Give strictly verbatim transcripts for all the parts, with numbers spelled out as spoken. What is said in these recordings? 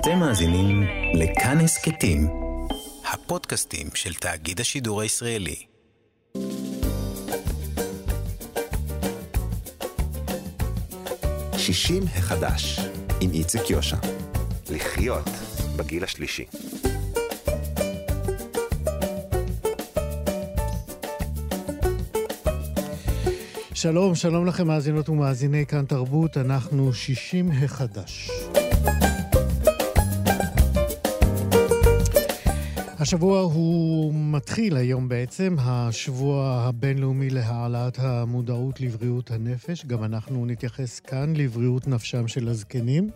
אתם מאזינים לכאן הסכתים, הפודקאסטים של תאגיד השידור הישראלי. שישים החדש, עם איציק יושע. לחיות בגיל השלישי. שלום, שלום לכם מאזינות ומאזיני כאן תרבות, אנחנו שישים החדש. השבוע הוא מתחיל היום בעצם, השבוע הבינלאומי להעלאת המודעות לבריאות הנפש. גם אנחנו נתייחס כאן לבריאות נפשם של הזקנים.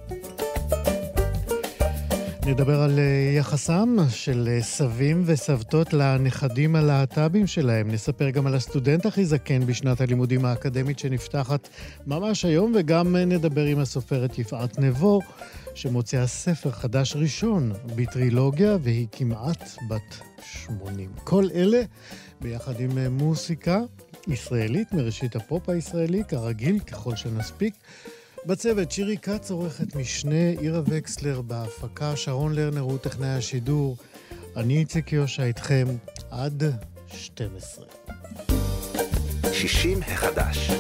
נדבר על יחסם של סבים וסבתות לנכדים הלהט"בים שלהם. נספר גם על הסטודנט הכי זקן בשנת הלימודים האקדמית שנפתחת ממש היום, וגם נדבר עם הסופרת יפעת נבו, שמוציאה ספר חדש ראשון בטרילוגיה, והיא כמעט בת שמונים. כל אלה ביחד עם מוסיקה ישראלית מראשית הפופ הישראלי, כרגיל ככל שנספיק. בצוות שירי קץ עורכת משנה, עירה וקסלר בהפקה, שרון לרנר הוא טכנאי השידור. אני איציק יושע איתכם עד שתים עשרה. שישים החדש.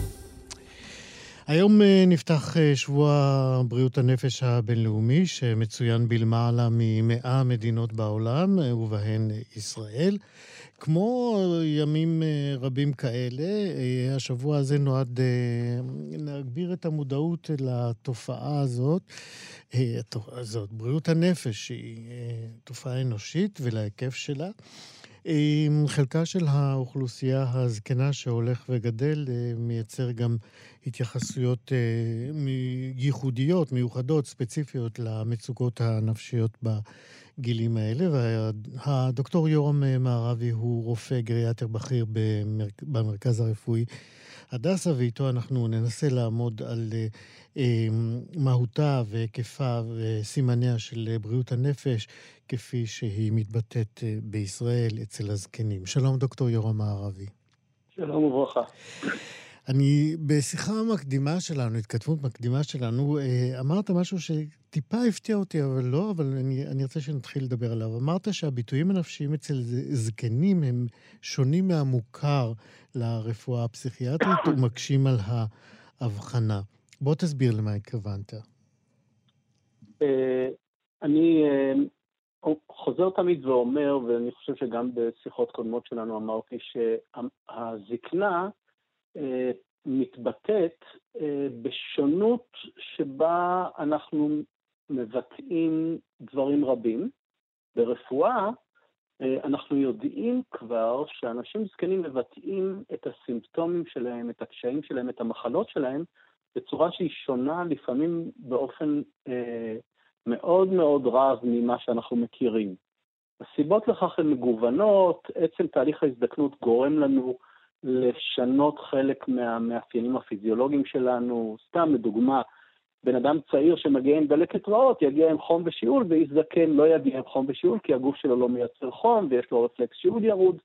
היום נפתח שבוע בריאות הנפש הבינלאומי, שמצוין בלמעלה ממאה מדינות בעולם, ובהן ישראל. כמו ימים רבים כאלה, השבוע הזה נועד להגביר את המודעות לתופעה הזאת. הזאת, בריאות הנפש היא תופעה אנושית ולהיקף שלה. חלקה של האוכלוסייה הזקנה שהולך וגדל מייצר גם התייחסויות ייחודיות, מיוחדות, ספציפיות למצוקות הנפשיות בגילים האלה. והדוקטור יורם מערבי הוא רופא גריאטר בכיר במרכז הרפואי הדסה, ואיתו אנחנו ננסה לעמוד על מהותה והיקפה וסימניה של בריאות הנפש, כפי שהיא מתבטאת בישראל אצל הזקנים. שלום דוקטור יורם מערבי. שלום וברכה. אני בשיחה מקדימה שלנו, התכתבות מקדימה שלנו, אמרת משהו שטיפה הפתיע אותי, אבל לא, אבל אני, אני רוצה שנתחיל לדבר עליו. אמרת שהביטויים הנפשיים אצל זקנים הם שונים מהמוכר לרפואה הפסיכיאטרית ומקשים על ההבחנה. בוא תסביר למה התכוונת. אני חוזר תמיד ואומר, ואני חושב שגם בשיחות קודמות שלנו אמרתי, שהזקנה מתבטאת בשונות שבה אנחנו מבטאים דברים רבים. ברפואה אנחנו יודעים כבר שאנשים זקנים מבטאים את הסימפטומים שלהם, את הקשיים שלהם, את המחלות שלהם, בצורה שהיא שונה לפעמים באופן אה, מאוד מאוד רב ממה שאנחנו מכירים. הסיבות לכך הן מגוונות, עצם תהליך ההזדקנות גורם לנו לשנות חלק מהמאפיינים הפיזיולוגיים שלנו. סתם לדוגמה, בן אדם צעיר שמגיע עם דלקת ריאות יגיע עם חום ושיעול, ואיש זקן לא יגיע עם חום ושיעול כי הגוף שלו לא מייצר חום ויש לו רפלקס שיעול ירוד.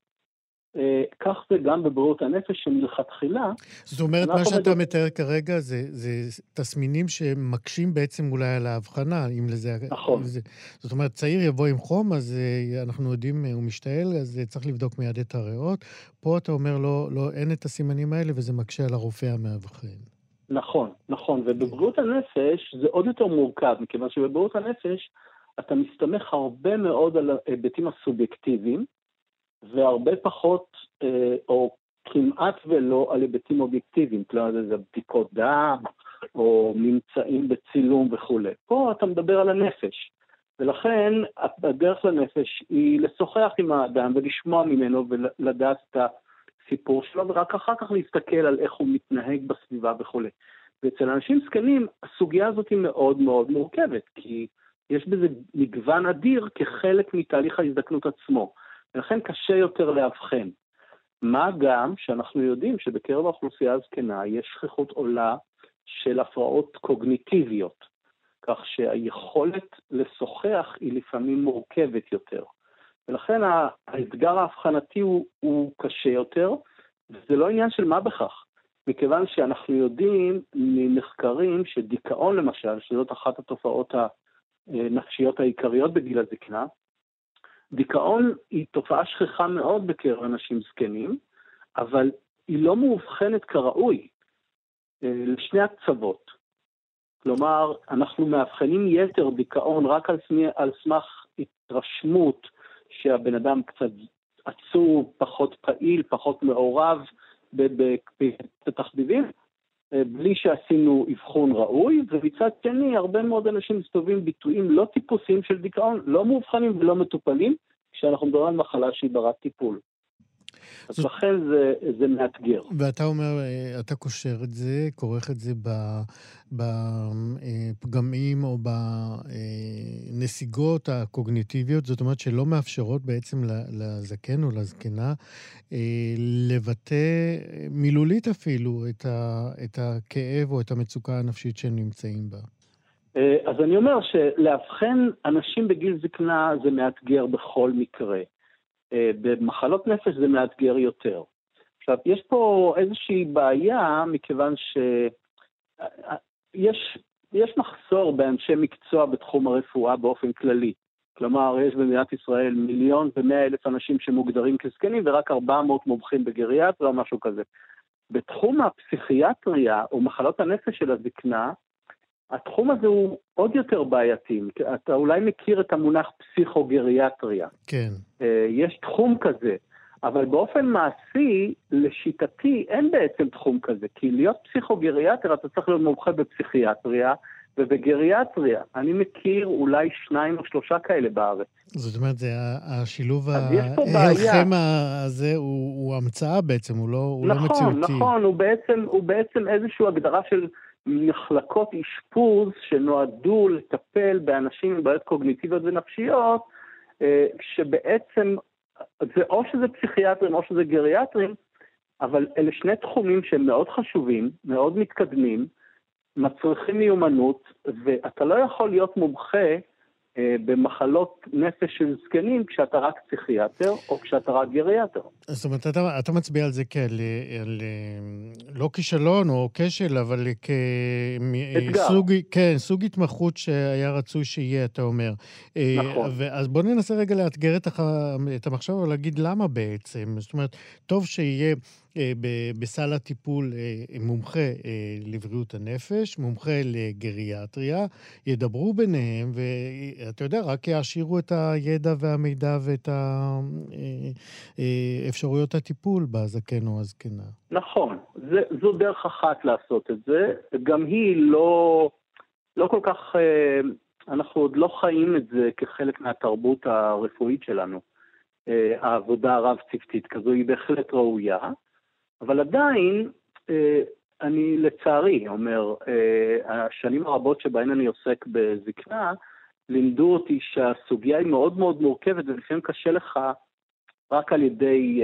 כך זה גם בבריאות הנפש שמלכתחילה. זאת אומרת, מה שאתה מתאר כרגע זה, זה תסמינים שמקשים בעצם אולי על ההבחנה, אם לזה... נכון. זה, זאת אומרת, צעיר יבוא עם חום, אז אנחנו יודעים, הוא משתעל, אז צריך לבדוק מיד את הריאות. פה אתה אומר, לא, לא, אין את הסימנים האלה, וזה מקשה על הרופא המאבחן. נכון, נכון. ובבריאות הנפש זה עוד יותר מורכב, מכיוון שבבריאות הנפש אתה מסתמך הרבה מאוד על ההיבטים הסובייקטיביים, והרבה פחות, או כמעט ולא, על היבטים אובייקטיביים, כלומר זה בדיקות דם, או ממצאים בצילום וכו'. פה אתה מדבר על הנפש, ולכן הדרך לנפש היא לשוחח עם האדם ולשמוע ממנו ולדעת את הסיפור שלו, ורק אחר כך להסתכל על איך הוא מתנהג בסביבה וכו'. ואצל אנשים זקנים הסוגיה הזאת היא מאוד מאוד מורכבת, כי יש בזה מגוון אדיר כחלק מתהליך ההזדקנות עצמו. ולכן קשה יותר להבחן. מה גם שאנחנו יודעים שבקרב האוכלוסייה הזקנה יש שכיחות עולה של הפרעות קוגניטיביות, כך שהיכולת לשוחח היא לפעמים מורכבת יותר. ולכן האתגר ההבחנתי הוא, הוא קשה יותר, וזה לא עניין של מה בכך. מכיוון שאנחנו יודעים ממחקרים שדיכאון למשל, שזאת אחת התופעות הנפשיות העיקריות בגיל הזקנה. דיכאון היא תופעה שכיחה מאוד בקרב אנשים זקנים, אבל היא לא מאובחנת כראוי לשני הקצוות. כלומר, אנחנו מאבחנים יתר דיכאון רק על, על סמך התרשמות שהבן אדם קצת עצוב, פחות פעיל, פחות מעורב בתחביבים, בלי שעשינו אבחון ראוי, ומצד שני, הרבה מאוד אנשים מסתובבים ביטויים לא טיפוסיים של דיכאון, לא מאובחנים ולא מטופלים, כשאנחנו מדברים על מחלה שהיא ברת טיפול. אז לכן זה, זה מאתגר. ואתה אומר, אתה קושר את זה, כורך את זה בפגמים או בנסיגות הקוגניטיביות, זאת אומרת שלא מאפשרות בעצם לזקן או לזקנה לבטא מילולית אפילו את, ה, את הכאב או את המצוקה הנפשית שהם נמצאים בה. אז אני אומר שלהבחן אנשים בגיל זקנה זה מאתגר בכל מקרה. במחלות נפש זה מאתגר יותר. עכשיו, יש פה איזושהי בעיה, מכיוון שיש יש מחסור באנשי מקצוע בתחום הרפואה באופן כללי. כלומר, יש במדינת ישראל מיליון ומאה אלף אנשים שמוגדרים כזקנים, ורק ארבע מאות מומחים בגריאטריה או משהו כזה. בתחום הפסיכיאטריה או מחלות הנפש של הזקנה, התחום הזה הוא עוד יותר בעייתי. אתה אולי מכיר את המונח פסיכוגריאטריה. כן. יש תחום כזה, אבל באופן מעשי, לשיטתי, אין בעצם תחום כזה. כי להיות פסיכוגריאטר, אתה צריך להיות מומחה בפסיכיאטריה ובגריאטריה. אני מכיר אולי שניים או שלושה כאלה בארץ. זאת אומרת, זה השילוב ההלחם הזה הוא, הוא המצאה בעצם, הוא לא, הוא נכון, לא מציאותי. נכון, נכון, הוא בעצם, הוא בעצם איזושהי הגדרה של מחלקות אשפוז שנועדו לטפל באנשים עם בעיות קוגניטיביות ונפשיות, שבעצם זה או שזה פסיכיאטרים או שזה גריאטרים, אבל אלה שני תחומים שהם מאוד חשובים, מאוד מתקדמים, מצריכים מיומנות, ואתה לא יכול להיות מומחה במחלות נפש של זקנים כשאתה רק פסיכיאטר או כשאתה רק גריאטר. זאת אומרת, אתה, אתה מצביע על זה כעל על, לא כישלון או כשל, אבל כסוג, כן, סוג התמחות שהיה רצוי שיהיה, אתה אומר. נכון. אז בוא ננסה רגע לאתגר את, הח... את המחשב ולהגיד למה בעצם. זאת אומרת, טוב שיהיה בסל הטיפול מומחה לבריאות הנפש, מומחה לגריאטריה, ידברו ביניהם, ואתה יודע, רק יעשירו את הידע והמידע ואת אפשרויות הטיפול בזקן או הזקנה. נכון, זה, זו דרך אחת לעשות את זה, גם היא לא, לא כל כך, אנחנו עוד לא חיים את זה כחלק מהתרבות הרפואית שלנו. העבודה הרב-צוותית כזו היא בהחלט ראויה, אבל עדיין, אני לצערי אומר, השנים הרבות שבהן אני עוסק בזקנה, לימדו אותי שהסוגיה היא מאוד מאוד מורכבת, ולפעמים קשה לך רק על ידי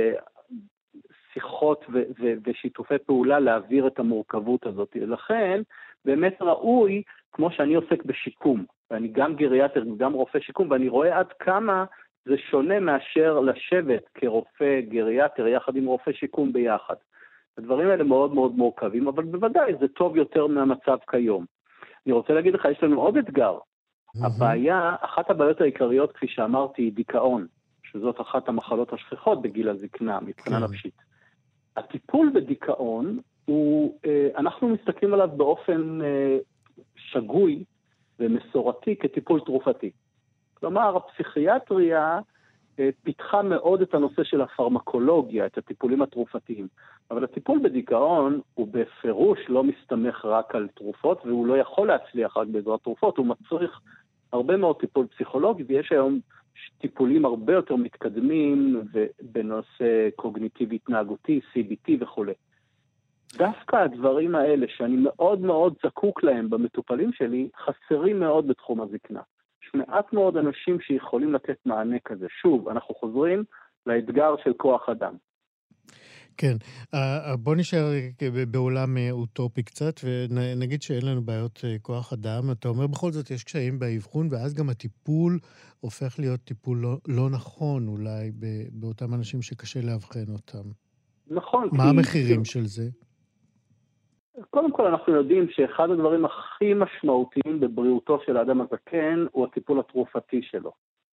שיחות ו- ו- ושיתופי פעולה להעביר את המורכבות הזאת. לכן, באמת ראוי, כמו שאני עוסק בשיקום, ואני גם גריאטר וגם רופא שיקום, ואני רואה עד כמה זה שונה מאשר לשבת כרופא גריאטר יחד עם רופא שיקום ביחד. הדברים האלה מאוד מאוד מורכבים, אבל בוודאי זה טוב יותר מהמצב כיום. אני רוצה להגיד לך, יש לנו עוד אתגר. Mm-hmm. הבעיה, אחת הבעיות העיקריות, כפי שאמרתי, היא דיכאון, שזאת אחת המחלות השכיחות בגיל הזקנה, מבחינה mm-hmm. נפשית. הטיפול בדיכאון, הוא, אנחנו מסתכלים עליו באופן שגוי ומסורתי כטיפול תרופתי. כלומר, הפסיכיאטריה פיתחה מאוד את הנושא של הפרמקולוגיה, את הטיפולים התרופתיים. אבל הטיפול בדיכאון הוא בפירוש לא מסתמך רק על תרופות, והוא לא יכול להצליח רק בעזרת תרופות, הוא מצריך הרבה מאוד טיפול פסיכולוגי, ויש היום טיפולים הרבה יותר מתקדמים בנושא קוגניטיבי התנהגותי, סי בי טי וכו'. דווקא הדברים האלה שאני מאוד מאוד זקוק להם במטופלים שלי, חסרים מאוד בתחום הזקנה. יש מעט מאוד אנשים שיכולים לתת מענה כזה. שוב, אנחנו חוזרים לאתגר של כוח אדם. כן, בוא נשאר בעולם אוטופי קצת, ונגיד שאין לנו בעיות כוח אדם. אתה אומר בכל זאת יש קשיים באבחון, ואז גם הטיפול הופך להיות טיפול לא, לא נכון אולי באותם אנשים שקשה להבחן אותם. נכון. מה כי... המחירים של זה? קודם כל אנחנו יודעים שאחד הדברים הכי משמעותיים בבריאותו של האדם הזקן הוא הטיפול התרופתי שלו.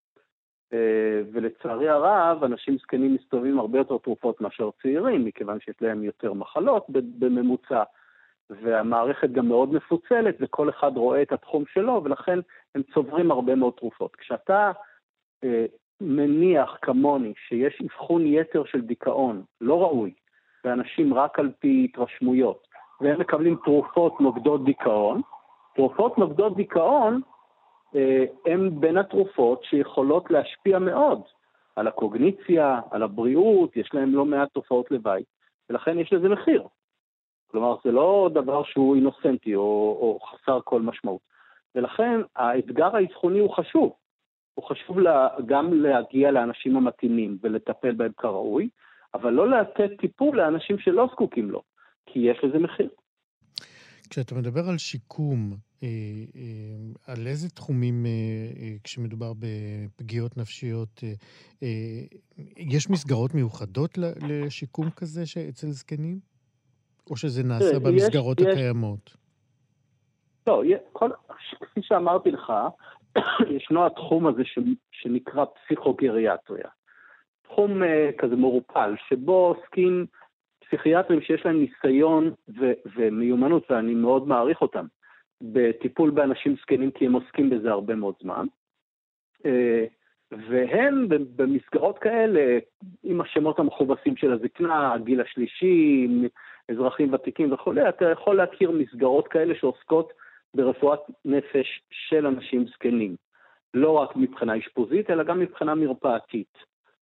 ולצערי הרב, אנשים זקנים מסתובבים הרבה יותר תרופות מאשר צעירים, מכיוון שיש להם יותר מחלות בממוצע, והמערכת גם מאוד מפוצלת, וכל אחד רואה את התחום שלו, ולכן הם צוברים הרבה מאוד תרופות. כשאתה אה, מניח כמוני שיש אבחון יתר של דיכאון, לא ראוי, ואנשים רק על פי התרשמויות, והם מקבלים תרופות נוגדות דיכאון, תרופות נוגדות דיכאון, הם בין התרופות שיכולות להשפיע מאוד על הקוגניציה, על הבריאות, יש להם לא מעט תופעות לוואי, ולכן יש לזה מחיר. כלומר, זה לא דבר שהוא אינוסנטי או, או חסר כל משמעות. ולכן האתגר האבחוני הוא חשוב. הוא חשוב לה, גם להגיע לאנשים המתאימים ולטפל בהם כראוי, אבל לא לתת טיפול לאנשים שלא זקוקים לו, כי יש לזה מחיר. כשאתה מדבר על שיקום, על איזה תחומים, כשמדובר בפגיעות נפשיות, יש מסגרות מיוחדות לשיקום כזה אצל זקנים? או שזה נעשה במסגרות הקיימות? לא, כפי שאמרתי לך, ישנו התחום הזה שנקרא פסיכוגריאטריה. תחום כזה מורפל, שבו עוסקים פסיכיאטרים שיש להם ניסיון ו- ומיומנות, ואני מאוד מעריך אותם, בטיפול באנשים זקנים, כי הם עוסקים בזה הרבה מאוד זמן. והם במסגרות כאלה, עם השמות המכובסים של הזקנה, הגיל השלישי, אזרחים ותיקים וכו', אתה יכול להכיר מסגרות כאלה שעוסקות ברפואת נפש של אנשים זקנים. לא רק מבחינה אשפוזית, אלא גם מבחינה מרפאתית.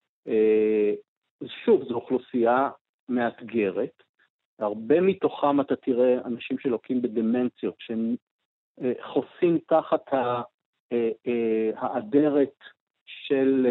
שוב, זו אוכלוסייה מאתגרת. הרבה מתוכם אתה תראה אנשים שלוקים בדמנציות, שהם חוסים תחת האדרת של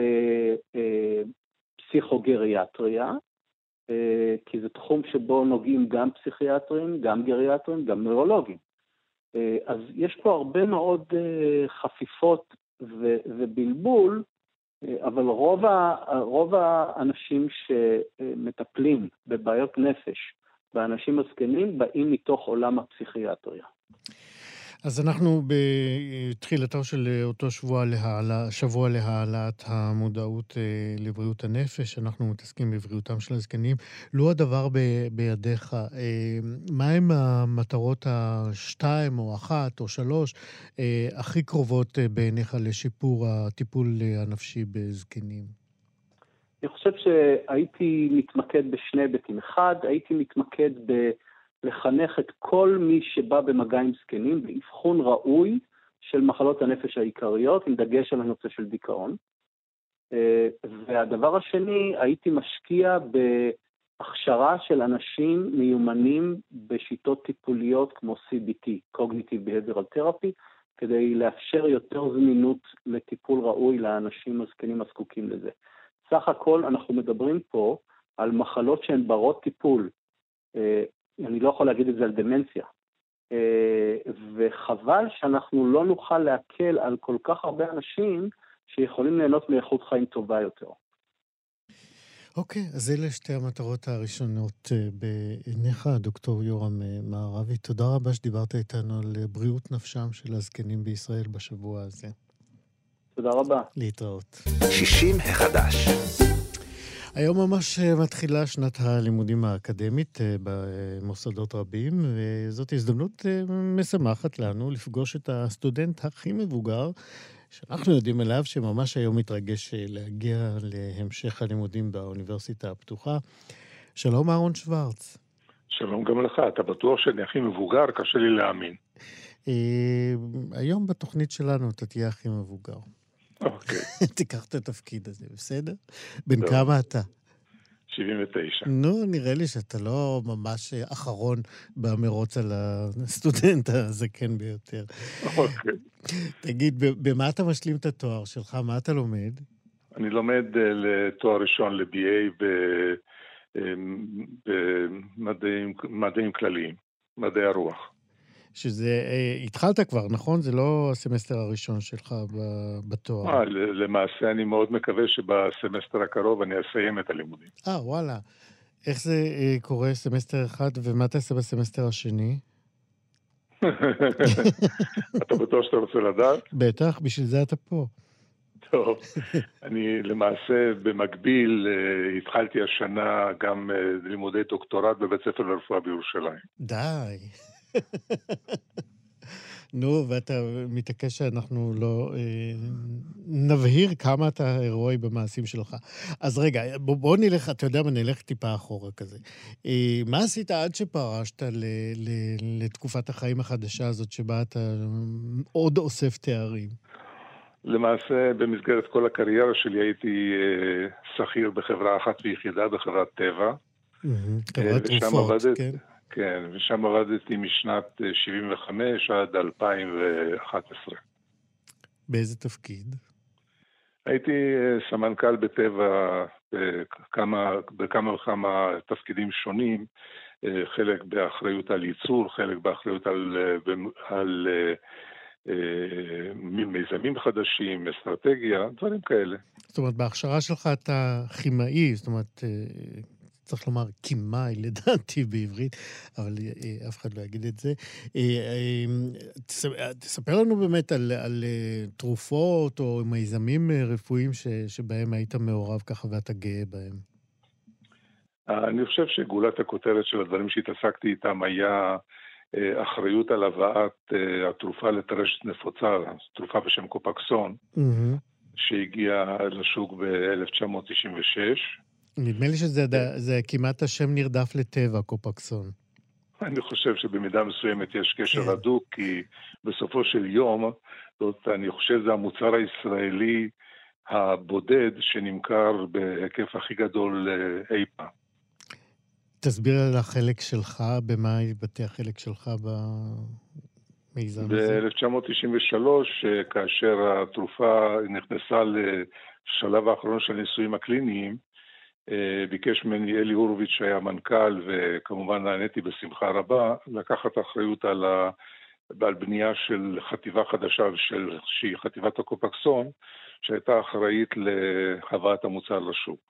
פסיכוגריאטריה, כי זה תחום שבו נוגעים גם פסיכיאטרים, גם גריאטרים, גם נוירולוגים. אז יש פה הרבה מאוד חפיפות ובלבול, אבל רוב, ה, רוב האנשים שמטפלים בבעיות נפש, באנשים הזקנים, באים מתוך עולם הפסיכיאטריה. אז אנחנו בתחילתו של אותו שבוע להעלה, שבוע להעלאת המודעות לבריאות הנפש, אנחנו מתעסקים בבריאותם של הזקנים. לו הדבר ב, בידיך, מה הם המטרות השתיים או אחת או שלוש הכי קרובות בעיניך לשיפור הטיפול הנפשי בזקנים? אני חושב שהייתי מתמקד בשני היבטים. אחד, הייתי מתמקד ב... לחנך את כל מי שבא במגע עם זקנים באבחון ראוי של מחלות הנפש העיקריות, עם דגש על הנושא של דיכאון. והדבר השני, הייתי משקיע בהכשרה של אנשים מיומנים בשיטות טיפוליות כמו סי בי טי, Cognitive Behavioral Therapy, כדי לאפשר יותר זמינות לטיפול ראוי לאנשים הזקנים הזקוקים לזה. סך הכל אנחנו מדברים פה על מחלות שהן ברות טיפול, אני לא יכול להגיד את זה על דמנציה, וחבל שאנחנו לא נוכל להקל על כל כך הרבה אנשים שיכולים ליהנות מאיכות חיים טובה יותר. אוקיי, אז אלה שתי המטרות הראשונות בעיניך, דוקטור יורם מערבי. תודה רבה שדיברת איתנו על בריאות נפשם של הזקנים בישראל בשבוע הזה. תודה רבה. להתראות. שישים החדש. היום ממש מתחילה שנת הלימודים האקדמית במוסדות רבים, וזאת הזדמנות משמחת לנו לפגוש את הסטודנט הכי מבוגר, שאנחנו יודעים עליו שממש היום מתרגש להגיע להמשך הלימודים באוניברסיטה הפתוחה. שלום אהרון שוורץ. שלום גם לך, אתה בטוח שאני הכי מבוגר? קשה לי להאמין. היום בתוכנית שלנו אתה תהיה הכי מבוגר. אוקיי. תיקח את התפקיד הזה, בסדר? בן כמה אתה? שבעים ותשע. נו, נראה לי שאתה לא ממש אחרון במרוץ על הסטודנט הזקן ביותר. אוקיי. תגיד, במה אתה משלים את התואר שלך? מה אתה לומד? אני לומד לתואר ראשון ל-בי איי במדעים כלליים, מדעי הרוח. שזה, התחלת כבר, נכון? זה לא הסמסטר הראשון שלך בתואר. אה, למעשה אני מאוד מקווה שבסמסטר הקרוב אני אסיים את הלימודים. אה, וואלה. איך זה אה, קורה סמסטר אחד, ומה תעשה בסמסטר השני? אתה בטוח שאתה רוצה לדעת? בטח, בשביל זה אתה פה. טוב, אני למעשה במקביל אה, התחלתי השנה גם אה, לימודי דוקטורט בבית ספר לרפואה בירושלים. די. נו, ואתה מתעקש שאנחנו לא אה, נבהיר כמה אתה הירואי במעשים שלך. אז רגע, בוא, בוא נלך, אתה יודע מה, נלך טיפה אחורה כזה. אה, מה עשית עד שפרשת ל, ל, לתקופת החיים החדשה הזאת, שבה אתה עוד אוסף תארים? למעשה, במסגרת כל הקריירה שלי הייתי אה, שכיר בחברה אחת ויחידה, בחברת טבע. חברת תרופות, עבדת, כן. כן, ושם עבדתי משנת שבעים וחמש עד אלפיים ואחת עשרה. באיזה תפקיד? הייתי סמנכ"ל בטבע בכמה, בכמה וכמה תפקידים שונים, חלק באחריות על ייצור, חלק באחריות על, על, על מיזמים חדשים, אסטרטגיה, דברים כאלה. זאת אומרת, בהכשרה שלך אתה כימאי, זאת אומרת, צריך לומר כימאי, לדעתי בעברית, אבל אף אחד לא יגיד את זה. תספר לנו באמת על, על תרופות או מיזמים רפואיים ש, שבהם היית מעורב ככה ואתה גאה בהם. אני חושב שגולת הכותרת של הדברים שהתעסקתי איתם היה אחריות על הבאת התרופה לטרשת נפוצה, תרופה בשם קופקסון, mm-hmm. שהגיעה לשוק ב-אלף תשע מאות תשעים ושש. נדמה לי שזה זה כמעט השם נרדף לטבע, קופקסון. אני חושב שבמידה מסוימת יש קשר הדוק, כי בסופו של יום, זאת, אני חושב שזה המוצר הישראלי הבודד שנמכר בהיקף הכי גדול אי פעם. תסביר על החלק שלך, במה יתבטא החלק שלך במיזם הזה? ב-אלף תשע מאות תשעים ושלוש, כאשר התרופה נכנסה לשלב האחרון של הניסויים הקליניים, ביקש ממני אלי הורוביץ שהיה מנכ"ל, וכמובן נעניתי בשמחה רבה, לקחת אחריות על, ה... על בנייה של חטיבה חדשה, של... שהיא חטיבת הקופקסון, שהייתה אחראית להבאת המוצר לשוק.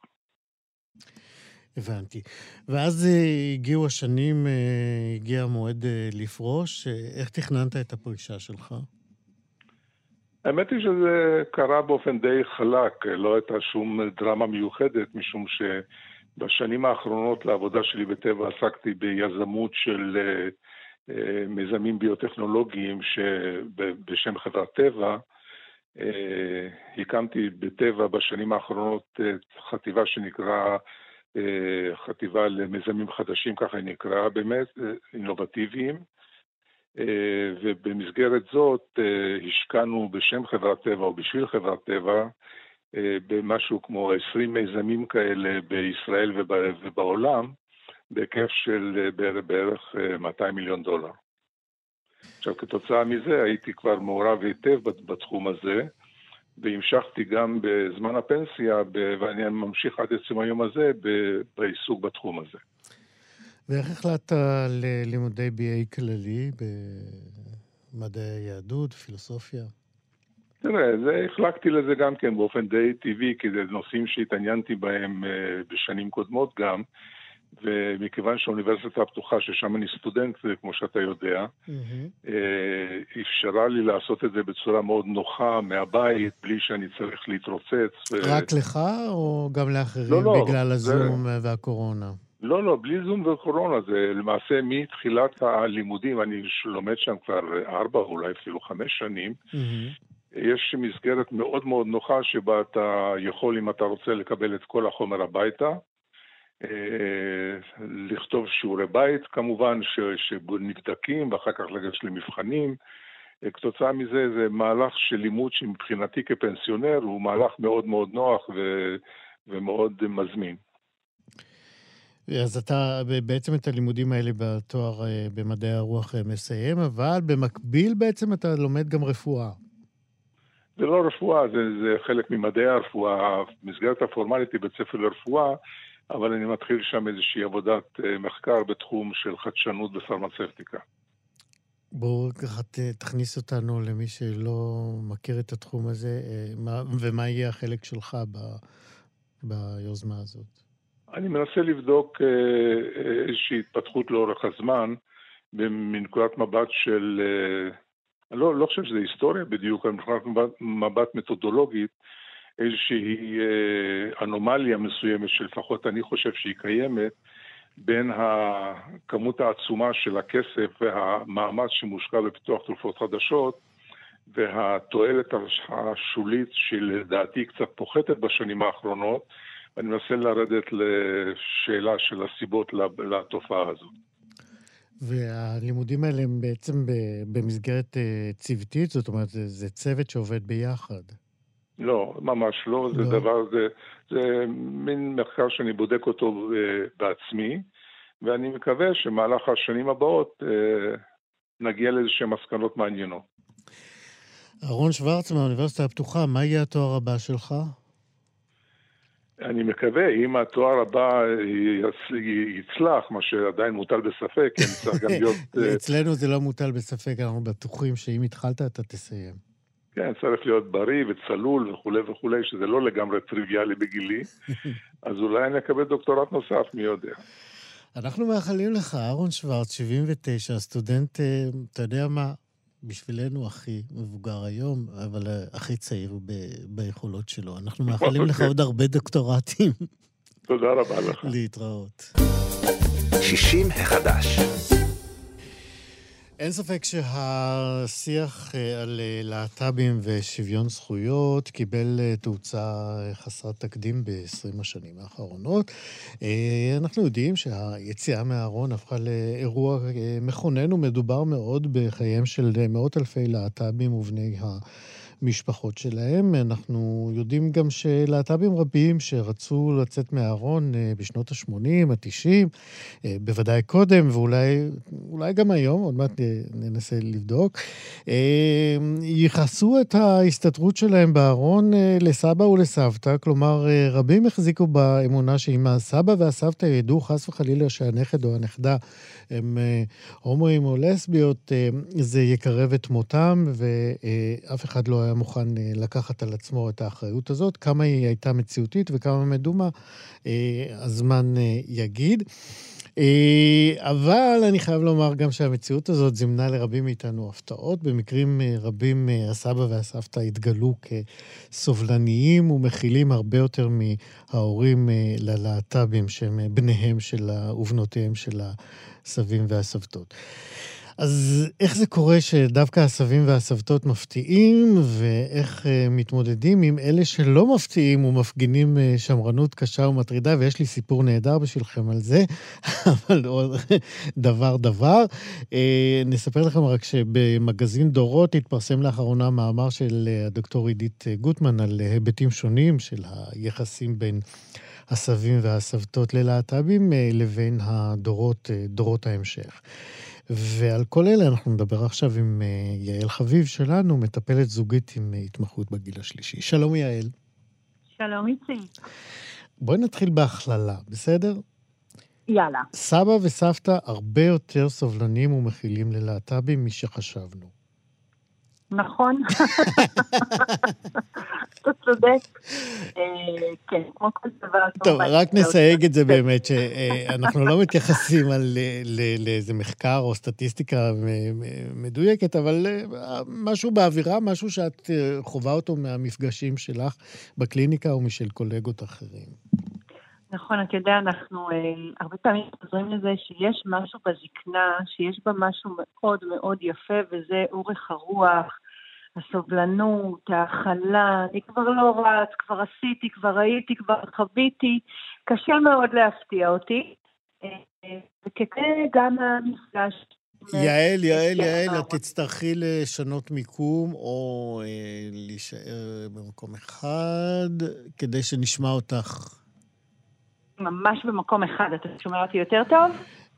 הבנתי. ואז הגיעו השנים, הגיע המועד לפרוש. איך תכננת את הפרישה שלך? האמת היא שזה קרה באופן די חלק, לא הייתה שום דרמה מיוחדת, משום שבשנים האחרונות לעבודה שלי בטבע עסקתי ביזמות של מיזמים ביוטכנולוגיים בשם חברת טבע. הקמתי בטבע בשנים האחרונות חטיבה שנקרא חטיבה למיזמים חדשים, ככה היא נקרא, באמת אינובטיביים. ובמסגרת זאת השקענו בשם חברת טבע או בשביל חברת טבע במשהו כמו עשרים מיזמים כאלה בישראל ובעולם בהיקף של בערך מאתיים מיליון דולר. עכשיו כתוצאה מזה הייתי כבר מעורב היטב בתחום הזה, והמשכתי גם בזמן הפנסיה, ואני ממשיך עד עצם היום הזה בעיסוק בתחום הזה. ואיך החלטת ללימודי בי איי כללי במדעי היהדות, פילוסופיה? תראה, זה, החלקתי לזה גם כן באופן די טבעי, כי זה נושאים שהתעניינתי בהם בשנים קודמות גם, ומכיוון שהאוניברסיטה הפתוחה, ששם אני סטודנט, כמו שאתה יודע, mm-hmm. אפשרה לי לעשות את זה בצורה מאוד נוחה מהבית, בלי שאני צריך להתרוצץ. רק ו... לך או גם לאחרים לא, לא, בגלל הזום זה... והקורונה? לא, לא, בלי זום וקורונה, זה למעשה מתחילת הלימודים, אני לומד שם כבר ארבע, אולי אפילו חמש שנים, mm-hmm. יש מסגרת מאוד מאוד נוחה שבה אתה יכול, אם אתה רוצה לקבל את כל החומר הביתה, לכתוב שיעורי בית כמובן שנבדקים ואחר כך לגשת למבחנים. כתוצאה מזה זה מהלך של לימוד שמבחינתי כפנסיונר הוא מהלך מאוד מאוד נוח ו... ומאוד מזמין. אז אתה בעצם את הלימודים האלה בתואר במדעי הרוח מסיים, אבל במקביל בעצם אתה לומד גם רפואה. זה לא רפואה, זה, זה חלק ממדעי הרפואה. מסגרת הפורמלית היא בית ספר לרפואה, אבל אני מתחיל שם איזושהי עבודת מחקר בתחום של חדשנות בפרמצבטיקה. בואו ככה תכניס אותנו למי שלא מכיר את התחום הזה, ומה יהיה החלק שלך ב, ביוזמה הזאת? אני מנסה לבדוק איזושהי התפתחות לאורך הזמן, מנקודת מבט של, אני לא, לא חושב שזה היסטוריה בדיוק, אבל מנקודת מבט, מבט מתודולוגית, איזושהי אנומליה מסוימת שלפחות אני חושב שהיא קיימת, בין הכמות העצומה של הכסף והמאמץ שמושקע בפיתוח תרופות חדשות, והתועלת השולית שלדעתי קצת פוחתת בשנים האחרונות, ואני מנסה לרדת לשאלה של הסיבות לתופעה הזו. והלימודים האלה הם בעצם במסגרת צוותית? זאת אומרת, זה, זה צוות שעובד ביחד? לא, ממש לא. זה לא. דבר, זה, זה מין מחקר שאני בודק אותו בעצמי, ואני מקווה שמהלך השנים הבאות נגיע לאיזושהי מסקנות מעניינות. אהרון שוורץ מהאוניברסיטה הפתוחה, מה יהיה התואר הבא שלך? אני מקווה, אם התואר הבא יצלח, מה שעדיין מוטל בספק, אני צריך גם להיות... אצלנו זה לא מוטל בספק, אנחנו בטוחים שאם התחלת אתה תסיים. כן, צריך להיות בריא וצלול וכו' וכו', שזה לא לגמרי טריוויאלי בגילי, אז אולי אני אקבל דוקטורט נוסף, מי יודע. אנחנו מאחלים לך, אהרון שוורץ, שבעים ותשע, סטודנט, אתה יודע מה, בשבילנו הכי מבוגר היום, אבל הכי צעיר ב- ביכולות שלו. אנחנו מאחלים לך עוד הרבה דוקטורטים. תודה רבה לך. להתראות. שישים החדש. אין ספק שהשיח על להט"בים ושוויון זכויות קיבל תאוצה חסרת תקדים ב-עשרים השנים האחרונות. אנחנו יודעים שהיציאה מהארון הפכה לאירוע מכונן ומדובר מאוד בחייהם של מאות אלפי להט"בים ובני המשפחות שלהם. אנחנו יודעים גם שלהט"בים רבים שרצו לצאת מהארון בשנות ה-שמונים, ה-תשעים, בוודאי קודם ואולי אולי גם היום, עוד מעט ננסה לבדוק, ייחסו את ההסתתרות שלהם בארון לסבא ולסבתא, כלומר רבים החזיקו באמונה שאם הסבא והסבתא ידעו חס וחלילה שהנכד או הנכדה הם הומואים או לסביות, זה יקרב את מותם ואף אחד לא היה מוכן לקחת על עצמו את האחריות הזאת. כמה היא הייתה מציאותית וכמה מדומה, הזמן יגיד. אבל אני חייב לומר גם שהמציאות הזאת זימנה לרבים מאיתנו הפתעות. במקרים רבים הסבא והסבתא התגלו כסובלניים ומכילים הרבה יותר מההורים ללהט"בים שהם בניהם של ובנותיהם של הסבים והסבתות. אז איך זה קורה שדווקא הסבים והסבתות מפתיעים, ואיך uh, מתמודדים עם אלה שלא מפתיעים ומפגינים uh, שמרנות קשה ומטרידה, ויש לי סיפור נהדר בשבילכם על זה, אבל עוד דבר דבר. Uh, נספר לכם רק שבמגזין דורות התפרסם לאחרונה מאמר של uh, הדוקטור עידית גוטמן על uh, היבטים שונים של היחסים בין הסבים והסבתות ללהט"בים uh, לבין הדורות, uh, דורות ההמשך. ועל כל אלה אנחנו נדבר עכשיו עם יעל חביב שלנו, מטפלת זוגית עם התמחות בגיל השלישי. שלום יעל. שלום איצי. בואי נתחיל בהכללה, בסדר? יאללה. סבא וסבתא הרבה יותר סובלנים ומכילים ללהט"בים משחשבנו. נכון. אתה צודק. כן, כמו כל דבר. טוב, רק נסייג את זה באמת, שאנחנו לא מתייחסים לאיזה מחקר או סטטיסטיקה מדויקת, אבל משהו באווירה, משהו שאת חובה אותו מהמפגשים שלך בקליניקה או משל קולגות אחרים. נכון, אתה יודע, אנחנו הרבה פעמים חוזרים לזה שיש משהו בזקנה, שיש בה משהו מאוד מאוד יפה, וזה אורך הרוח, הסובלנות, ההכלה, אני כבר לא רץ, כבר עשיתי, כבר ראיתי, כבר חוויתי, קשה מאוד להפתיע אותי, וככה גם המפגש. יעל, יעל, יעל, את תצטרכי לשנות מיקום או להישאר במקום אחד, כדי שנשמע אותך. ממש במקום אחד, אתה שומע אותי יותר טוב?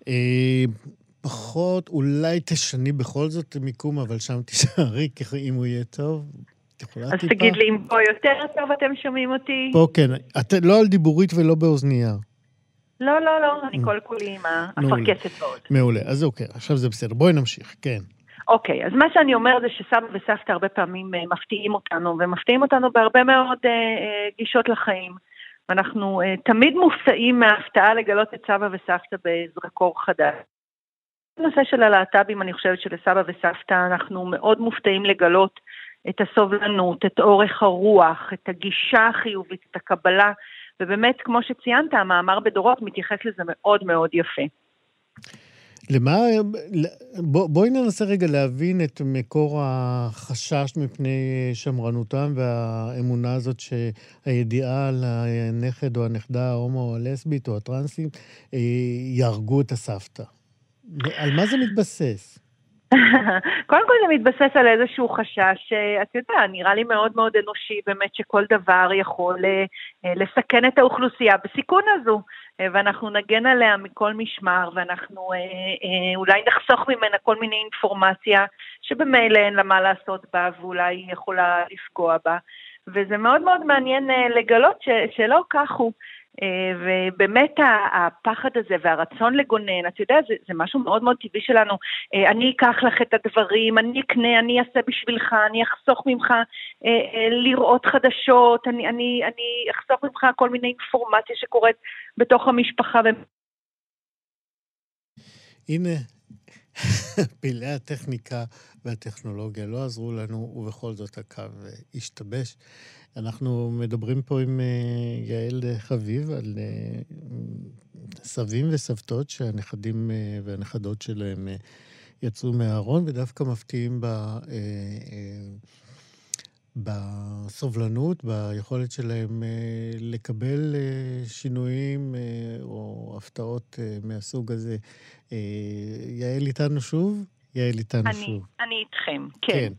פחות, אולי תשני בכל זאת מיקום, אבל שם תשארי, אם הוא יהיה טוב. אז תגיד לי, אם פה יותר טוב אתם שומעים אותי? פה כן, לא על דיבורית ולא באוזנייה. לא, לא, לא, אני כל כולי עם הפרקסת ועוד. מעולה, אז אוקיי, עכשיו זה בסדר, בואי נמשיך, כן. אוקיי, אז מה שאני אומר זה שסבא וסבתא הרבה פעמים מפתיעים אותנו, ומפתיעים אותנו בהרבה מאוד גישות לחיים. ואנחנו תמיד מופתעים מההפתעה לגלות את סבא וסבתא בזרקור חדש. בנושא של הלהט"בים, אני חושבת שלסבא וסבתא אנחנו מאוד מופתעים לגלות את הסובלנות, את אורך הרוח, את הגישה החיובית, את הקבלה, ובאמת, כמו שציינת, המאמר בדורות מתייחס לזה מאוד מאוד יפה. למה, בוא, בואי ננסה רגע להבין את מקור החשש מפני שמרנותם והאמונה הזאת שהידיעה על הנכד או הנכדה ההומו או הלסבית או הטרנסית יהרגו את הסבתא. על מה זה מתבסס? קודם כל זה מתבסס על איזשהו חשש, את יודע, נראה לי מאוד מאוד אנושי באמת שכל דבר יכול לסכן את האוכלוסייה בסיכון הזו, ואנחנו נגן עליה מכל משמר, ואנחנו אולי נחסוך ממנה כל מיני אינפורמציה שבמילא אין לה מה לעשות בה, ואולי יכולה לפגוע בה, וזה מאוד מאוד מעניין לגלות ש- שלא כך הוא, ובאמת הפחד הזה והרצון לגונן, אתה יודע, זה, זה משהו מאוד מאוד טבעי שלנו, אני אקח לך את הדברים, אני אקנה, אני אעשה בשבילך, אני אחסוך ממך לראות חדשות, אני, אני, אני אחסוך ממך כל מיני אינפורמציה שקורית בתוך המשפחה. הנה, פעילי הטכניקה והטכנולוגיה לא עזרו לנו, ובכל זאת הקו השתבש. אנחנו מדברים פה עם יעל חביב על סבים וסבתות שהנכדים והנכדות שלהם יצאו מהארון, ודווקא מפתיעים ב... בסובלנות, ביכולת שלהם לקבל שינויים או הפתעות מהסוג הזה. יעל איתנו שוב? יעל איתנו אני, שוב. אני איתכם, כן. כן.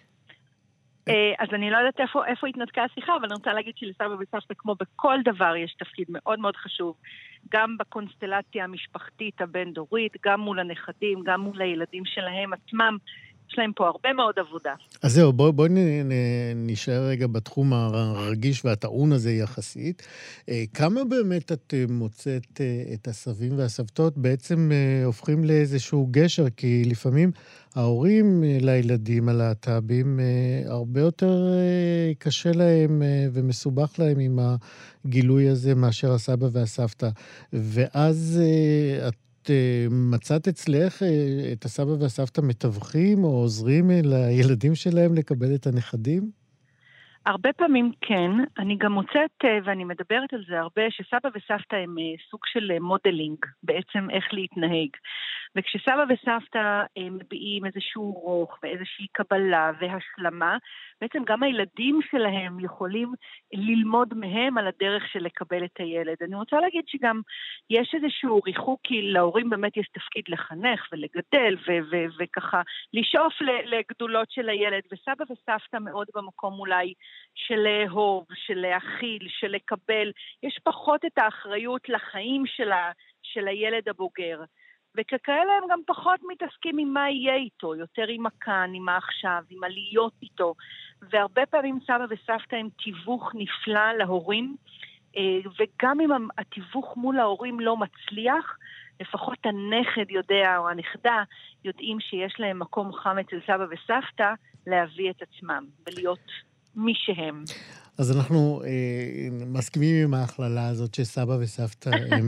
אז אני לא יודעת איפה, איפה התנתקה השיחה, אבל אני רוצה להגיד שלסבא וסבתא, כמו בכל דבר, יש תפקיד מאוד מאוד חשוב, גם בקונסטלציה המשפחתית הבין-דורית, גם מול הנכדים, גם מול הילדים שלהם עצמם, יש להם פה הרבה מאוד עבודה. אז זהו, בואי בוא נשאר רגע בתחום הרגיש והטעון הזה יחסית. כמה באמת את מוצאת את הסבים והסבתות בעצם הופכים לאיזשהו גשר? כי לפעמים ההורים לילדים הלהט"בים הרבה יותר קשה להם ומסובך להם עם הגילוי הזה מאשר הסבא והסבתא. ואז את מצאת אצלך את הסבא והסבתא מתווכים או עוזרים לילדים שלהם לקבל את הנכדים? הרבה פעמים כן. אני גם מוצאת, ואני מדברת על זה הרבה, שסבא וסבתא הם סוג של מודלינג, בעצם איך להתנהג. וכשסבא וסבתא מביעים איזשהו רוך ואיזושהי קבלה והשלמה, בעצם גם הילדים שלהם יכולים ללמוד מהם על הדרך של לקבל את הילד. אני רוצה להגיד שגם יש איזשהו ריחוק, כי להורים באמת יש תפקיד לחנך ולגדל ו- ו- וככה לשאוף לגדולות של הילד, וסבא וסבתא מאוד במקום אולי של לאהוב, של להכיל, של לקבל. יש פחות את האחריות לחיים של, ה- של הילד הבוגר. וככאלה הם גם פחות מתעסקים עם מה יהיה איתו, יותר עם הכאן, עם העכשיו, עם הלהיות איתו. והרבה פעמים סבא וסבתא הם תיווך נפלא להורים, וגם אם התיווך מול ההורים לא מצליח, לפחות הנכד יודע או הנכדה יודעים שיש להם מקום חם אצל סבא וסבתא להביא את עצמם ולהיות מי שהם. אז אנחנו אה, מסכימים עם ההכללה הזאת שסבא וסבתא הם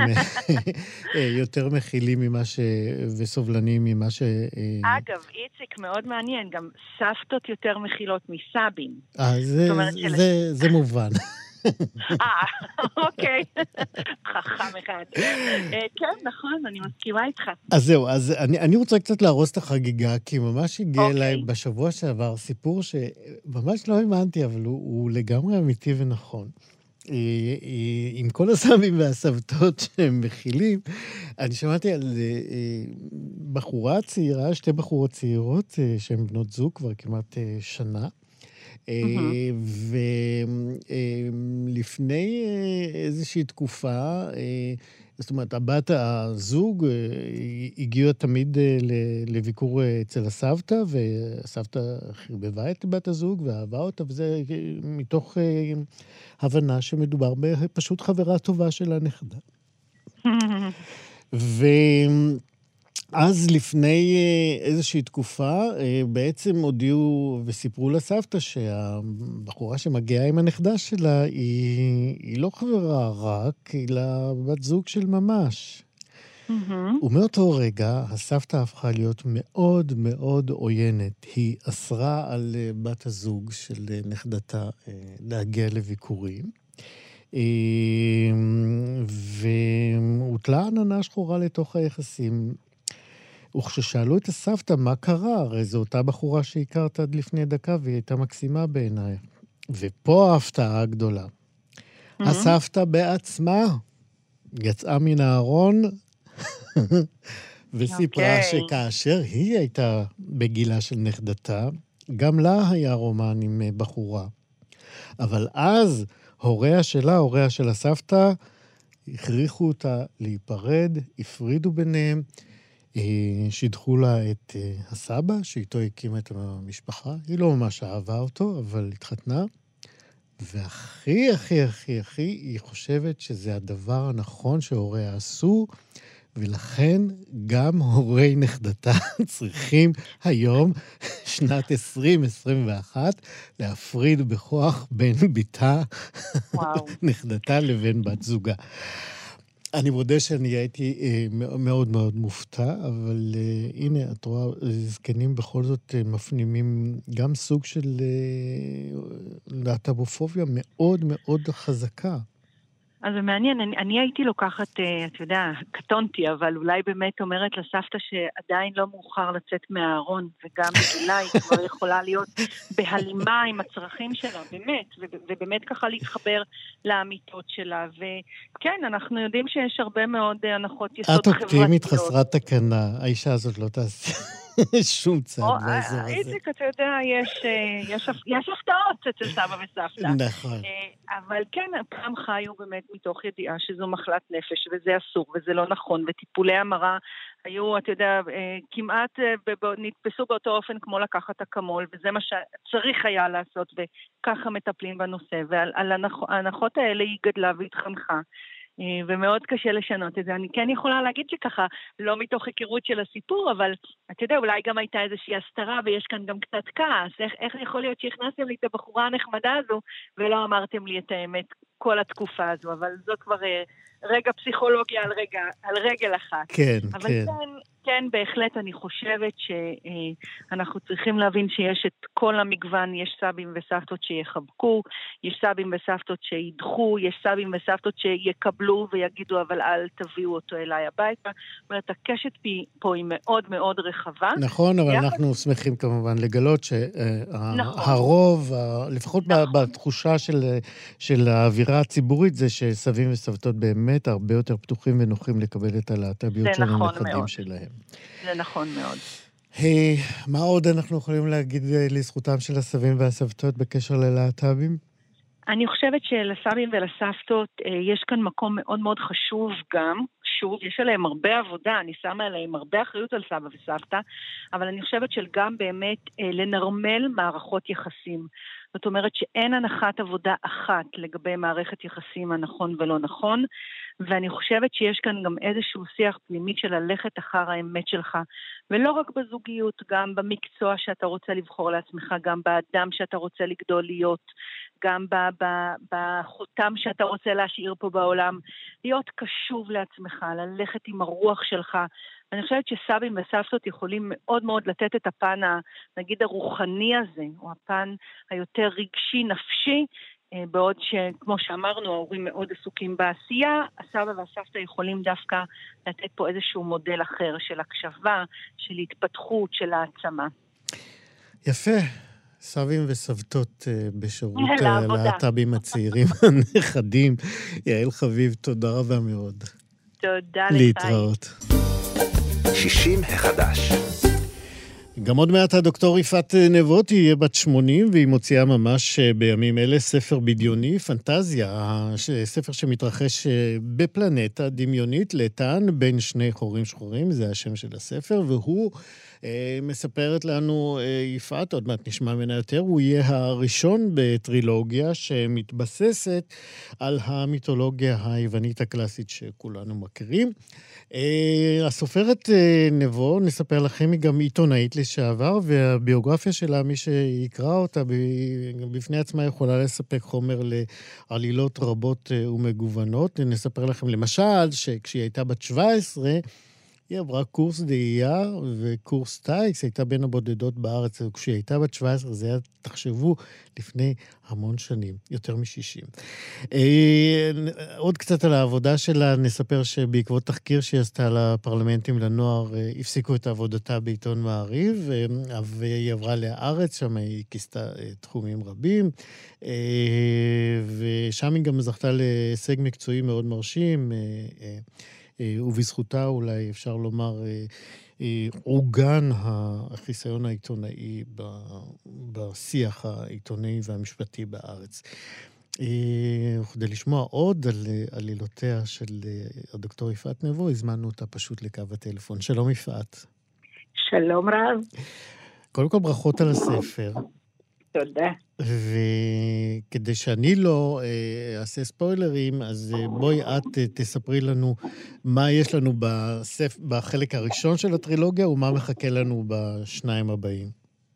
יותר מכילים ממה ש... וסובלנים ממה ש... אה... אגב, איציק מאוד מעניין, גם סבתות יותר מכילות מסבים. אה, זה, זה, זה, זה מובן. אה, אוקיי. חכם אחד. כן, נכון, אני מסכימה איתך. אז זהו, אז אני, אני רוצה קצת להרוס את החגיגה, כי ממש הגיע אליי בשבוע שעבר סיפור שממש לא האמנתי, אבל הוא, הוא לגמרי אמיתי ונכון. עם כל הסבים והסבתות שהם מכילים, אני שמעתי על בחורה צעירה, שתי בחורות צעירות, שהן בנות זוג כבר כמעט שנה, ולפני איזושהי תקופה, זאת אומרת, הבת הזוג הגיעה תמיד לביקור אצל הסבתא, והסבתא חיבבה את בת הזוג ואהבה אותה, וזה מתוך הבנה שמדובר בפשוט חברה טובה של הנכדה. ו... אז לפני איזושהי תקופה, בעצם הודיעו וסיפרו לסבתא שהבחורה שמגיעה עם הנכדה שלה היא, היא לא חברה רק, אלא בת זוג של ממש. Mm-hmm. ומאותו רגע הסבתא הפכה להיות מאוד מאוד עוינת. היא אסרה על בת הזוג של נכדתה להגיע לביקורים. והוטלה עננה שחורה לתוך היחסים. וכששאלו את הסבתא מה קרה, הרי זו אותה בחורה שהכרת עד לפני דקה והיא הייתה מקסימה בעיניי. ופה ההפתעה הגדולה. Mm-hmm. הסבתא בעצמה יצאה מן הארון וסיפרה okay. שכאשר היא הייתה בגילה של נכדתה, גם לה היה רומן עם בחורה. אבל אז הוריה שלה, הוריה של הסבתא, הכריחו אותה להיפרד, הפרידו ביניהם, שידחו לה את הסבא, שאיתו הקימה את המשפחה. היא לא ממש אהבה אותו, אבל התחתנה. והכי, הכי, הכי, הכי, היא חושבת שזה הדבר הנכון שהוריה עשו, ולכן גם הורי נכדתה צריכים היום, שנת עשרים עשרים ואחת, להפריד בכוח בין ביתה, נכדתה לבין בת זוגה. אני מודה שאני הייתי אה, מאוד מאוד מופתע, אבל אה, הנה, את רואה, זקנים בכל זאת אה, מפנימים גם סוג של אה, להט"בופוביה מאוד מאוד חזקה. אז זה מעניין, אני, אני הייתי לוקחת, אתה יודע, קטונתי, אבל אולי באמת אומרת לסבתא שעדיין לא מאוחר לצאת מהארון, וגם בגילה היא כבר יכולה להיות בהלימה עם הצרכים שלה, באמת, ובאמת ככה להתחבר לאמיתות שלה, וכן, אנחנו יודעים שיש הרבה מאוד הנחות יסוד חברתיות. את אופטימית חסרת תקנה, האישה הזאת לא תעשה שום צד באזור הזה. איציק, אתה יודע, יש הפתעות אצל סבא וסבתא. נכון. אבל כן, פעם חיו באמת מתוך ידיעה שזו מחלת נפש, וזה אסור, וזה לא נכון, וטיפולי המרה היו, אתה יודע, כמעט נתפסו באותו אופן כמו לקחת אקמול, וזה מה שצריך היה לעשות, וככה מטפלים בנושא, ועל ההנחות האלה היא גדלה והתחנכה. ומאוד קשה לשנות את זה. אני כן יכולה להגיד שככה, לא מתוך היכרות של הסיפור, אבל אתה יודע, אולי גם הייתה איזושהי הסתרה, ויש כאן גם קצת כעס. איך, איך יכול להיות שהכנסתם לי את הבחורה הנחמדה הזו, ולא אמרתם לי את האמת כל התקופה הזו, אבל זאת כבר רגע פסיכולוגיה על, רגע, על רגל אחת. כן, אבל כן. כן, כן, בהחלט אני חושבת שאנחנו צריכים להבין שיש את כל המגוון, יש סבים וסבתות שיחבקו, יש סבים וסבתות שידחו, יש סבים וסבתות שיקבלו ויגידו, אבל אל תביאו אותו אליי הביתה. זאת אומרת, הקשת פה היא מאוד מאוד רחבה. נכון, אבל יחד... אנחנו שמחים כמובן לגלות שהרוב, נכון. לפחות נכון. בתחושה של, של האווירה הציבורית, זה שסבים וסבתות באמת הרבה יותר פתוחים ונוחים לקבל את הלהט"ביות של נכון הנכדים מאוד. שלהם. זה נכון מאוד. Hey, מה עוד אנחנו יכולים להגיד לזכותם של הסבים והסבתות בקשר ללהט"בים? אני חושבת שלסבים ולסבתות יש כאן מקום מאוד מאוד חשוב גם, שוב, יש עליהם הרבה עבודה, אני שמה עליהם הרבה אחריות על סבא וסבתא, אבל אני חושבת של גם באמת לנרמל מערכות יחסים. זאת אומרת שאין הנחת עבודה אחת לגבי מערכת יחסים הנכון ולא נכון, ואני חושבת שיש כאן גם איזשהו שיח פנימי של ללכת אחר האמת שלך, ולא רק בזוגיות, גם במקצוע שאתה רוצה לבחור לעצמך, גם באדם שאתה רוצה לגדול להיות, גם בחותם שאתה רוצה להשאיר פה בעולם, להיות קשוב לעצמך, ללכת עם הרוח שלך. אני חושבת שסבים וסבתות יכולים מאוד מאוד לתת את הפן, נגיד, הרוחני הזה, או הפן היותר רגשי, נפשי, בעוד שכמו שאמרנו, ההורים מאוד עסוקים בעשייה, הסבא והסבתא יכולים דווקא לתת פה איזשהו מודל אחר של הקשבה, של התפתחות, של העצמה. יפה. סבים וסבתות בשירות הלהט"בים הצעירים הנכדים. יעל חביב, תודה רבה מאוד. תודה לך. להתראות. שישים החדש. גם עוד מעט הדוקטור יפעת נבות היא בת שמונים, והיא מוציאה ממש בימים אלה ספר בדיוני, פנטזיה, ספר שמתרחש בפלנטה דמיונית, לטען בין שני חורים שחורים, זה השם של הספר, והוא מספרת לנו יפעת, עוד מעט נשמע ממנה יותר, הוא יהיה הראשון בטרילוגיה שמתבססת על המיתולוגיה היוונית הקלאסית שכולנו מכירים. הסופרת נבו, נספר לכם, היא גם עיתונאית לשעבר, והביוגרפיה שלה, מי שיקרא אותה בפני עצמה, יכולה לספק חומר לעלילות רבות ומגוונות. נספר לכם למשל שכשהיא הייתה בת שבע עשרה, היא עברה קורס דאייה וקורס טייס, הייתה בין הבודדות בארץ, וכשהיא הייתה בת שבע עשרה, זה היה, תחשבו, לפני המון שנים, יותר מ-שישים. עוד קצת על העבודה שלה, נספר שבעקבות תחקיר שהיא עשתה לפרלמנטים לנוער, הפסיקו את עבודתה בעיתון מעריב, והיא עברה לארץ, שם היא כיסתה תחומים רבים, ושם היא גם זכתה להישג מקצועי מאוד מרשים, ובזכותה אולי אפשר לומר עוגן החיסיון העיתונאי בשיח העיתונאי והמשפטי בארץ. כדי לשמוע עוד על עלילותיה של הדוקטור יפעת נבו, הזמנו אותה פשוט לקו הטלפון. שלום יפעת. שלום רב. קודם כל ברכות על הספר. תודה. וכדי שאני לא אעשה ספוילרים, אז בואי את תספרי לנו מה יש לנו בספר, בחלק הראשון של הטרילוגיה, ומה מחכה לנו בשניים הבאים.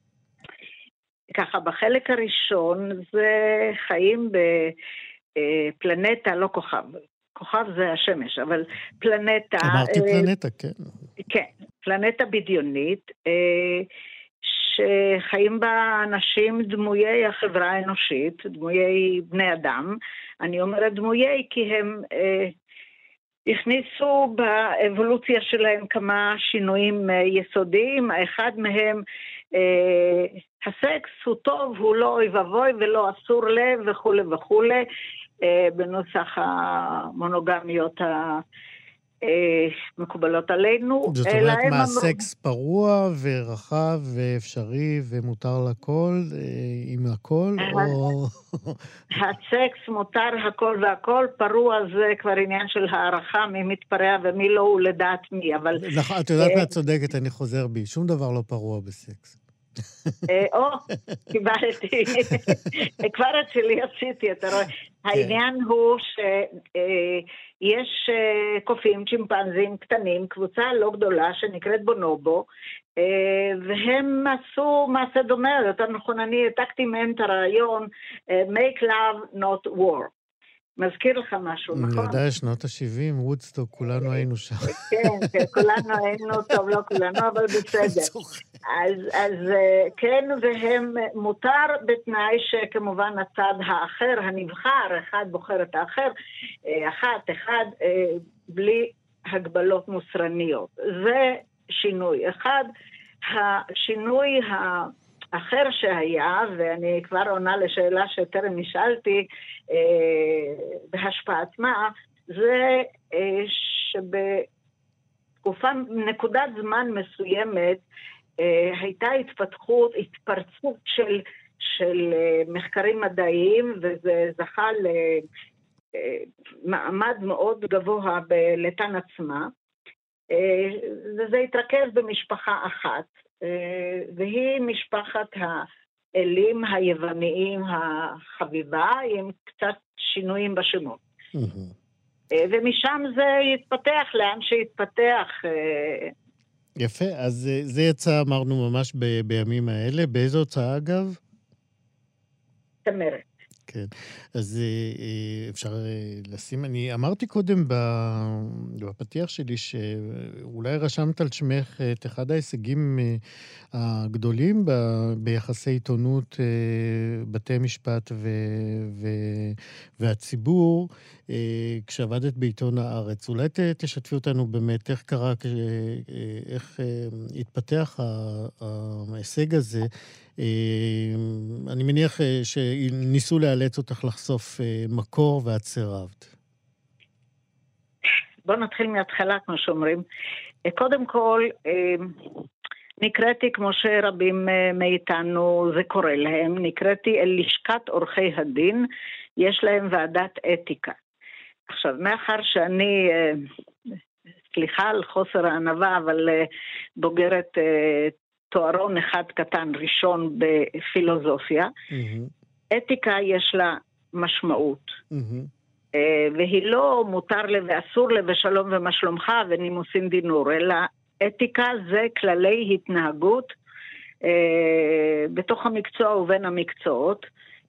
ככה, בחלק הראשון זה חיים בפלנטה, לא כוכב. כוכב זה השמש, אבל פלנטה... אמרתי פלנטה, כן. כן, פלנטה בדיונית, שחיים בה אנשים דמויי החברה האנושית, דמויי בני אדם. אני אומרת דמויי כי הם אה, הכניסו באבולוציה שלהם כמה שינויים אה, יסודיים. האחד מהם, אה, הסקס הוא טוב, הוא לא אוי ובוי ולא אסור לב וכו' וכו', אה, בנוסח המונוגמיות ה... מקובלות עלינו. זאת אומרת מה, סקס פרוע ורחב ואפשרי ומותר לכל, עם הכל, או... הסקס מותר הכל והכל, פרוע זה כבר עניין של הערכה, מי מתפרע ומי לא, הוא לדעת מי, אבל... את יודעת מה צודקת, אני חוזר בי, שום דבר לא פרוע בסקס. או, קיבלתי. כבר את שלי עשיתי, אתה רואה. העניין הוא שיש קופים, צ'ימפנזים קטנים, קבוצה לא גדולה שנקראת בונובו, והם עשו מעשה דומה, יותר נכון, אני העתקתי מהם את הרעיון make love not war. מזכיר לך משהו, נכון? אני יודע, שנות ה-שבעים, וודסטוק, כולנו היינו שם. כן, כן, כולנו היינו, טוב, לא כולנו, אבל בסדר. אז, אז כן, והם מותר בתנאי שכמובן הצד האחר, הנבחר, אחד בוחר את האחר, אחת, אחד, בלי הגבלות מוסרניות. זה שינוי. אחד, השינוי ה... אחר שהיה, ואני כבר עונה לשאלה שטרם נשאלתי, אה, בהשפעת מה, זה אה, שבתקופה, נקודת זמן מסוימת, אה, הייתה התפתחות, התפרצות של, של אה, מחקרים מדעיים, וזה זכה למעמד מאוד גבוה בלתן עצמה, אה, וזה התרכז במשפחה אחת, והיא משפחת האלים היווניים החביבה, עם קצת שינויים בשמות. ומשם זה יתפתח לאן שיתפתח. יפה, אז זה יצא, אמרנו, ממש ב- בימים האלה. באיזו הוצאה, אגב? תמרת. כן, אז אפשר לשים, אני אמרתי קודם בפתיח שלי שאולי רשמת על שמך את אחד ההישגים הגדולים ביחסי עיתונות, בתי משפט והציבור, כשעבדת בעיתון הארץ. אולי תשתפי אותנו באמת איך קרה, איך התפתח ההישג הזה. אני מניח שניסו לאלץ אותך לחשוף מקור ואת סירבת. בוא נתחיל מההתחלה, כמו שאומרים. קודם כל, נקראתי, כמו שרבים מאיתנו זה קורא להם, נקראתי אל לשכת עורכי הדין, יש להם ועדת אתיקה. עכשיו, מאחר שאני, סליחה על חוסר הענווה, אבל בוגרת תוארון אחד קטן ראשון בפילוסופיה. אתיקה יש לה משמעות. והיא לא מותר לי ואסור לי ושלום ומה שלומך ונימוסין דינור, אלא אתיקה זה כללי התנהגות בתוך המקצוע ובין המקצועות,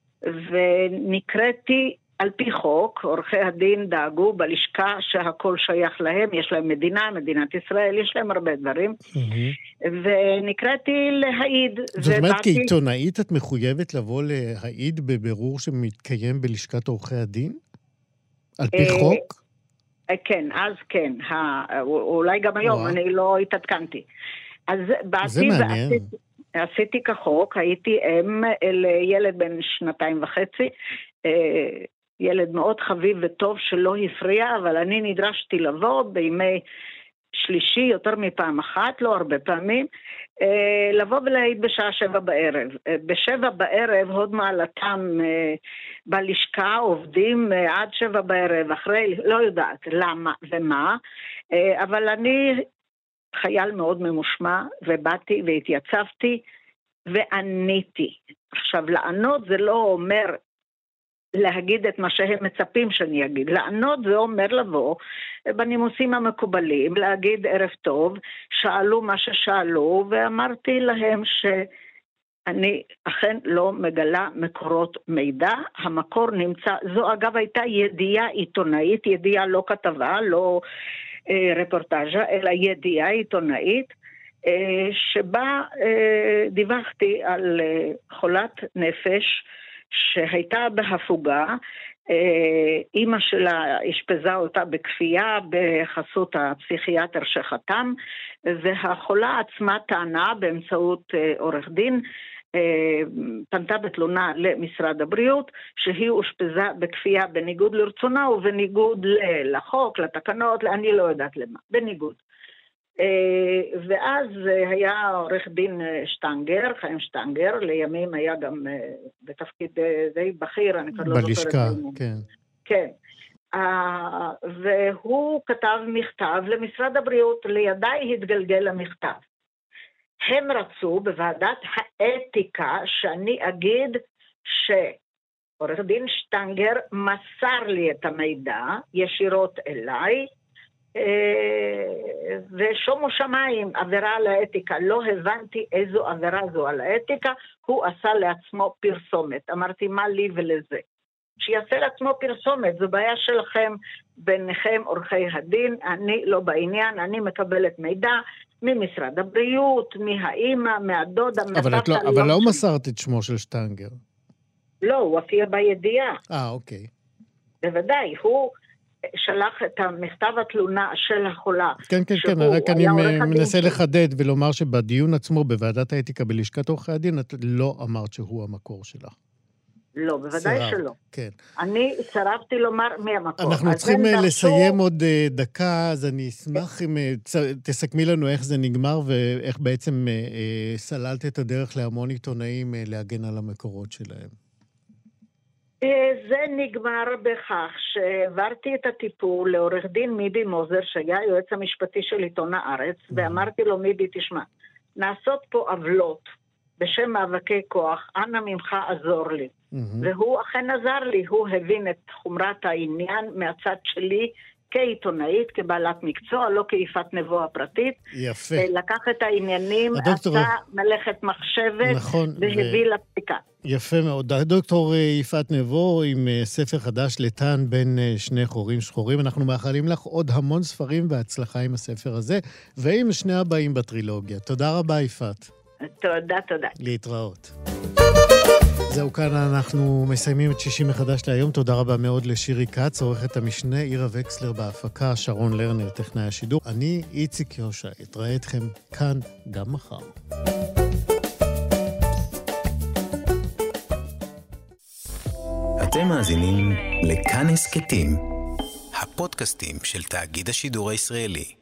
ונקראתי על פי חוק, עורכי הדין דאגו בלשכה שהכל שייך להם, יש להם מדינה, מדינת ישראל, יש להם הרבה דברים, ונקראתי להעיד. זאת אומרת, כעיתונאית את מחויבת לבוא להעיד בבירור שמתקיים בלשכת עורכי הדין? על פי חוק? כן, אז כן, אולי גם היום, אני לא התעדכנתי. אז זה מעניין. עשיתי כחוק, הייתי אם לילד בן שנתיים וחצי, ילד מאוד חביב וטוב שלא הפריע, אבל אני נדרשתי לבוא בימי שלישי יותר מפעם אחת, לא הרבה פעמים, לבוא ולהעיד בשעה שבע בערב. בשבע בערב, הוד מעלתם בלשכה עובדים עד שבע בערב, אחרי, לא יודעת למה ומה, אבל אני חייל מאוד ממושמע, ובאתי והתייצבתי ועניתי. עכשיו, לענות זה לא אומר להגיד את מה שהם מצפים שאני אגיד. לענות זה אומר לבוא בנימוסים המקובלים, להגיד ערב טוב, שאלו מה ששאלו, ואמרתי להם שאני אכן לא מגלה מקורות מידע. המקור נמצא, זו אגב הייתה ידיעה עיתונאית, ידיעה לא כתבה, לא רפורטאז'ה, אלא ידיעה עיתונאית, שבה דיווחתי על חולת נפש שהייתה בהפוגה, אמא שלה אשפזה אותה בכפייה בחסות הפסיכיאטר שחתם, והחולה עצמה טענה באמצעות עורך דין, פנתה בתלונה למשרד הבריאות, שהיא אושפזה בכפייה בניגוד לרצונה ובניגוד לחוק, לתקנות, אני לא יודעת למה, בניגוד. ואז היה עורך דין שטנגר, חיים שטנגר, לימים היה גם בתפקיד די בכיר, אני כבר לא זוכרת. בלשכה, כן. כן. והוא כתב מכתב למשרד הבריאות, לידיי התגלגל המכתב. הם רצו בוועדת האתיקה שאני אגיד שעורך דין שטנגר מסר לי את המידע ישירות אליי, ושומו שמיים, עבירה על האתיקה, לא הבנתי איזו עבירה זו על האתיקה, הוא עשה לעצמו פרסומת. אמרתי, מה לי ולזה? שיעשה לעצמו פרסומת, זו בעיה שלכם, ביניכם עורכי הדין, אני לא בעניין, אני מקבלת מידע ממשרד הבריאות, מהאימא, מהדודה, אבל, לא, אבל לא מסרת את שמו של שטנגר. לא, הוא הופיע בידיעה. אה, אוקיי. בוודאי, הוא שלח את המכתב התלונה של החולה. כן, כן, כן, רק אני מנסה לחדד ולומר שבדיון עצמו בוועדת האתיקה בלשכת עורכי הדין, את לא אמרת שהוא המקור שלך. לא, בוודאי סירב, שלא. כן. אני סרבתי לומר מי המקור. אנחנו צריכים לסיים דרשו... עוד דקה, אז אני אשמח אם תסכמי לנו איך זה נגמר, ואיך בעצם סללת את הדרך להמון עיתונאים להגן על המקורות שלהם. זה נגמר בכך שהעברתי את הטיפול לעורך דין מיבי מוזר, שהיה היועץ המשפטי של עיתון הארץ, ואמרתי לו, מיבי, תשמע, נעשות פה עוולות בשם מאבקי כוח, אנא ממך עזור לי. והוא אכן עזר לי, הוא הבין את חומרת העניין מהצד שלי, כעיתונאית, כבעלת מקצוע, לא כאיפת נבוא הפרטית. יפה. לקח את העניינים, הדוקטור... עשה מלאכת מחשבת, נכון, והביא ו... לפסיקה. יפה מאוד. הדוקטור יפעת נבו עם ספר חדש לטען בין שני חורים שחורים. אנחנו מאחלים לך עוד המון ספרים והצלחה עם הספר הזה, ועם שני הבאים בטרילוגיה. תודה רבה, יפעת. תודה, תודה. להתראות. זהו, כאן אנחנו מסיימים את שישי מחדש להיום. תודה רבה מאוד לשירי קץ, עורכת המשנה, עירה וקסלר בהפקה, שרון לרנר, טכנאי השידור. אני איציק יושע, אתראה אתכם כאן גם מחר. אתם מאזינים לכאן הסכתים, הפודקאסטים של תאגיד השידור הישראלי.